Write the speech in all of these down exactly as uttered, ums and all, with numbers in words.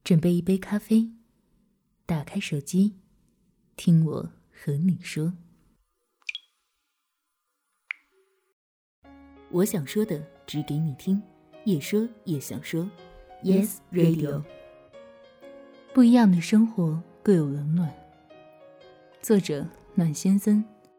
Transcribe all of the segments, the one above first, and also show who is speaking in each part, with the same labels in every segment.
Speaker 1: 准备一杯咖啡，打开手机，听我和你说。我想说的只给你听，也说也想说。 Yes Radio。 不一样的生活各有冷暖。作者暖先生。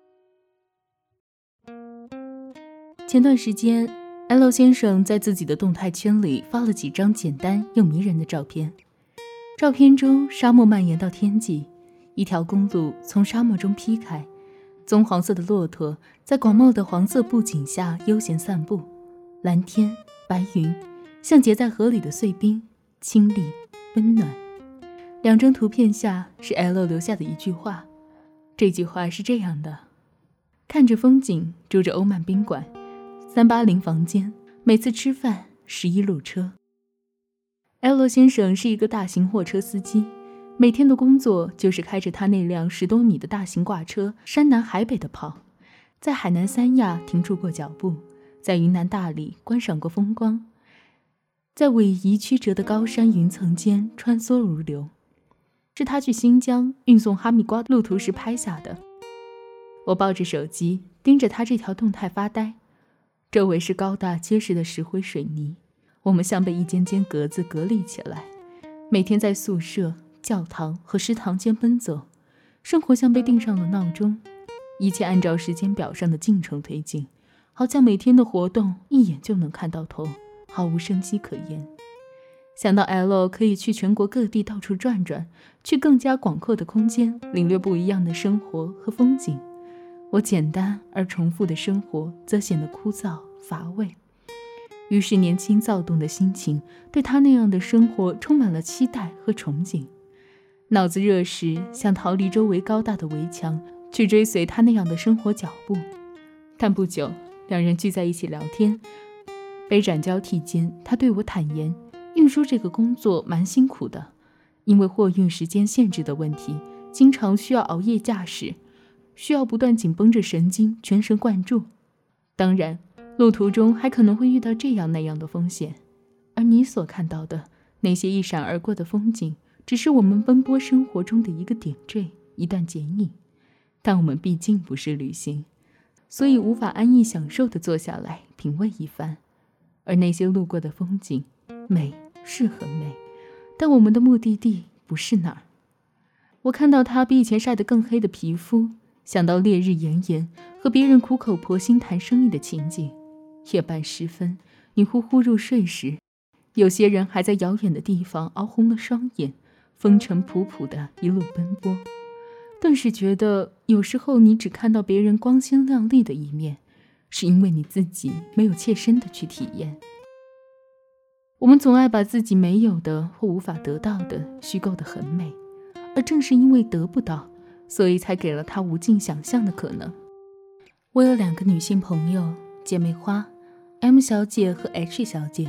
Speaker 1: 前段时间 L 先生在自己的动态圈里发了几张简单又迷人的照片。照片中沙漠蔓延到天际，一条公路从沙漠中劈开，棕黄色的骆驼在广袤的黄色布景下悠闲散步，蓝天白云像结在河里的碎冰，清丽温暖。两张图片下是 L 留下的一句话，这句话是这样的：看着风景，住着欧曼宾馆，三八零房间，每次吃饭十一路车。L 先生是一个大型货车司机，每天的工作就是开着他那辆十多米的大型挂车山南海北的跑，在海南三亚停住过脚步，在云南大理观赏过风光，在逶迤曲折的高山云层间穿梭如流。是他去新疆运送哈密瓜路途时拍下的。我抱着手机盯着他这条动态发呆，周围是高大结实的石灰水泥，我们像被一间间格子隔离起来，每天在宿舍、教堂和食堂间奔走，生活像被定上了闹钟，一切按照时间表上的进程推进，好像每天的活动一眼就能看到头，毫无生机可言。想到 L 可以去全国各地到处转转，去更加广阔的空间领略不一样的生活和风景，我简单而重复的生活则显得枯燥乏味。于是年轻躁动的心情对他那样的生活充满了期待和憧憬，脑子热时想逃离周围高大的围墙，去追随他那样的生活脚步。但不久两人聚在一起聊天，杯盏交替间，他对我坦言，运输这个工作蛮辛苦的，因为货运时间限制的问题，经常需要熬夜驾驶，需要不断紧绷着神经，全神贯注。当然路途中还可能会遇到这样那样的风险，而你所看到的那些一闪而过的风景，只是我们奔波生活中的一个点缀，一段剪影。但我们毕竟不是旅行，所以无法安逸享受地坐下来品味一番。而那些路过的风景，美是很美，但我们的目的地不是哪儿。我看到他比以前晒得更黑的皮肤，想到烈日炎炎和别人苦口婆心谈生意的情景。夜半时分，你呼呼入睡时，有些人还在遥远的地方熬红了双眼，风尘仆仆的一路奔波。顿时觉得有时候你只看到别人光鲜亮丽的一面，是因为你自己没有切身的去体验。我们总爱把自己没有的或无法得到的虚构得很美，而正是因为得不到，所以才给了它无尽想象的可能。我有两个女性朋友，姐妹花 M 小姐和 H 小姐。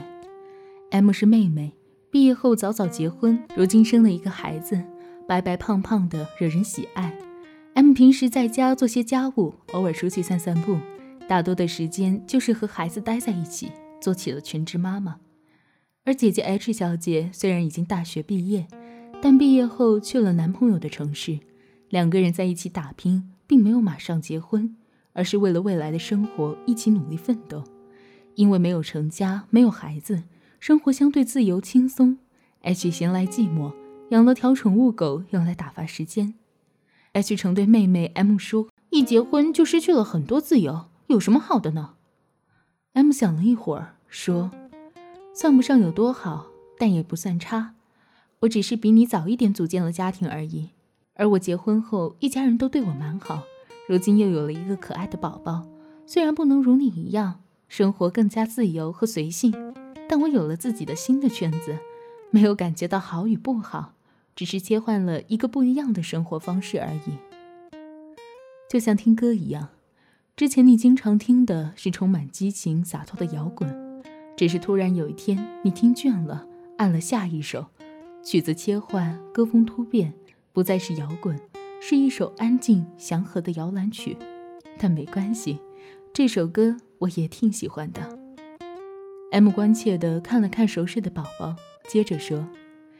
Speaker 1: M 是妹妹，毕业后早早结婚，如今生了一个孩子，白白胖胖的，惹人喜爱。 M 平时在家做些家务，偶尔出去散散步，大多的时间就是和孩子待在一起，做起了全职妈妈。而姐姐 H 小姐虽然已经大学毕业，但毕业后去了男朋友的城市，两个人在一起打拼，并没有马上结婚，而是为了未来的生活一起努力奋斗。因为没有成家，没有孩子，生活相对自由轻松。 H 闲来寂寞，养了条宠物狗用来打发时间。 H 曾对妹妹 M 说，一结婚就失去了很多自由，有什么好的呢？ M 想了一会儿说，算不上有多好，但也不算差。我只是比你早一点组建了家庭而已，而我结婚后一家人都对我蛮好，如今又有了一个可爱的宝宝。虽然不能如你一样生活更加自由和随性，但我有了自己的新的圈子，没有感觉到好与不好，只是切换了一个不一样的生活方式而已。就像听歌一样，之前你经常听的是充满激情洒脱的摇滚，只是突然有一天你听倦了，按了下一首，曲子切换，歌风突变，不再是摇滚，是一首安静祥和的摇篮曲。但没关系，这首歌我也挺喜欢的。 M 关切地看了看熟睡的宝宝，接着说，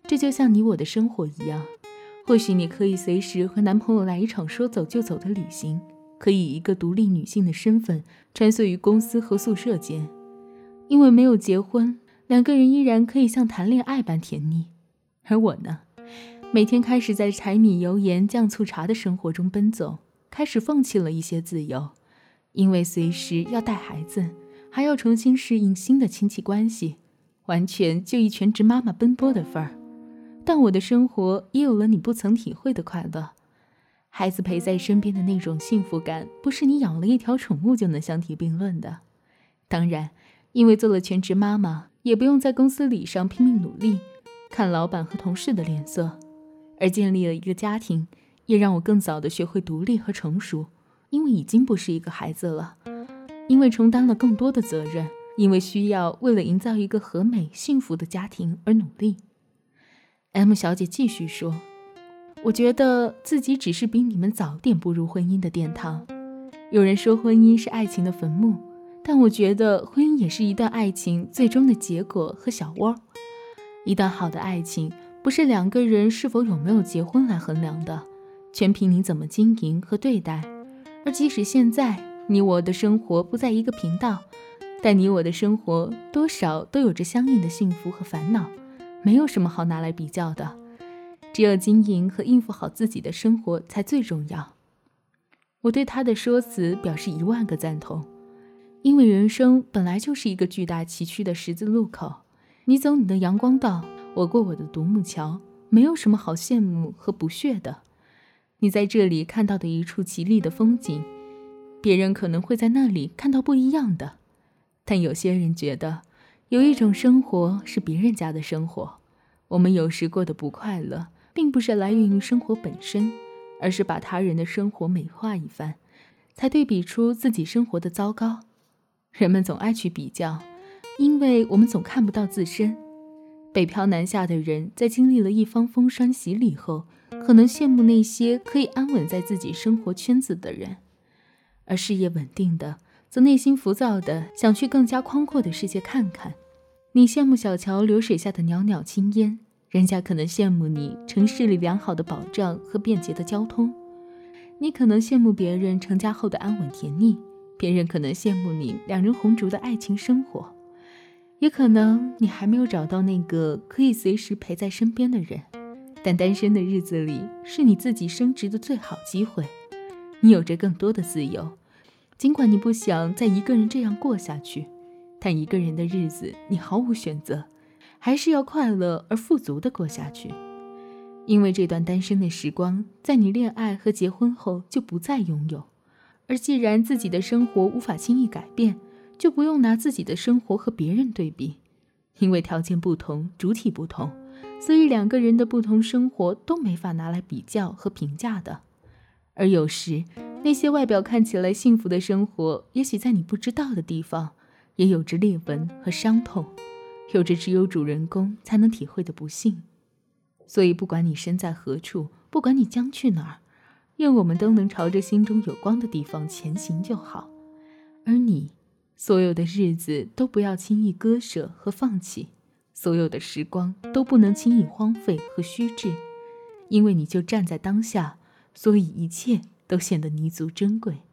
Speaker 1: 这就像你我的生活一样，或许你可以随时和男朋友来一场说走就走的旅行，可以以一个独立女性的身份穿梭于公司和宿舍间。因为没有结婚，两个人依然可以像谈恋爱般甜蜜。而我呢，每天开始在柴米油盐酱醋茶的生活中奔走，开始放弃了一些自由，因为随时要带孩子，还要重新适应新的亲戚关系，完全就以全职妈妈奔波的份儿。但我的生活也有了你不曾体会的快乐。孩子陪在身边的那种幸福感，不是你养了一条宠物就能相提并论的。当然，因为做了全职妈妈，也不用在公司里上拼命努力，看老板和同事的脸色，而建立了一个家庭，也让我更早地学会独立和成熟，因为已经不是一个孩子了，因为承担了更多的责任，因为需要为了营造一个和美幸福的家庭而努力。M 小姐继续说，我觉得自己只是比你们早点步入婚姻的殿堂。有人说婚姻是爱情的坟墓，但我觉得婚姻也是一段爱情最终的结果和小窝。一段好的爱情不是两个人是否有没有结婚来衡量的，全凭你怎么经营和对待。而即使现在你我的生活不在一个频道，但你我的生活多少都有着相应的幸福和烦恼，没有什么好拿来比较的，只有经营和应付好自己的生活才最重要。我对他的说辞表示一万个赞同，因为人生本来就是一个巨大崎岖的十字路口，你走你的阳光道，我过我的独木桥，没有什么好羡慕和不屑的。你在这里看到的一处绮丽的风景，别人可能会在那里看到不一样的。但有些人觉得有一种生活是别人家的生活，我们有时过得不快乐，并不是来源于生活本身，而是把他人的生活美化一番，才对比出自己生活的糟糕。人们总爱去比较，因为我们总看不到自身。北漂南下的人在经历了一方风霜洗礼后，可能羡慕那些可以安稳在自己生活圈子的人，而事业稳定的则内心浮躁的想去更加宽阔的世界看看。你羡慕小桥流水下的袅袅青烟，人家可能羡慕你城市里良好的保障和便捷的交通。你可能羡慕别人成家后的安稳甜蜜，别人可能羡慕你两人红烛的爱情生活，也可能你还没有找到那个可以随时陪在身边的人。但单身的日子里是你自己升职的最好机会，你有着更多的自由，尽管你不想再一个人这样过下去，但一个人的日子你毫无选择，还是要快乐而富足地过下去。因为这段单身的时光在你恋爱和结婚后就不再拥有，而既然自己的生活无法轻易改变，就不用拿自己的生活和别人对比。因为条件不同，主体不同，所以两个人的不同生活都没法拿来比较和评价的。而有时那些外表看起来幸福的生活，也许在你不知道的地方也有着裂纹和伤痛，有着只有主人公才能体会的不幸。所以不管你身在何处，不管你将去哪儿，愿我们都能朝着心中有光的地方前行就好。而你所有的日子都不要轻易割舍和放弃，所有的时光都不能轻易荒废和虚掷，因为你就站在当下，所以一切都显得弥足珍贵。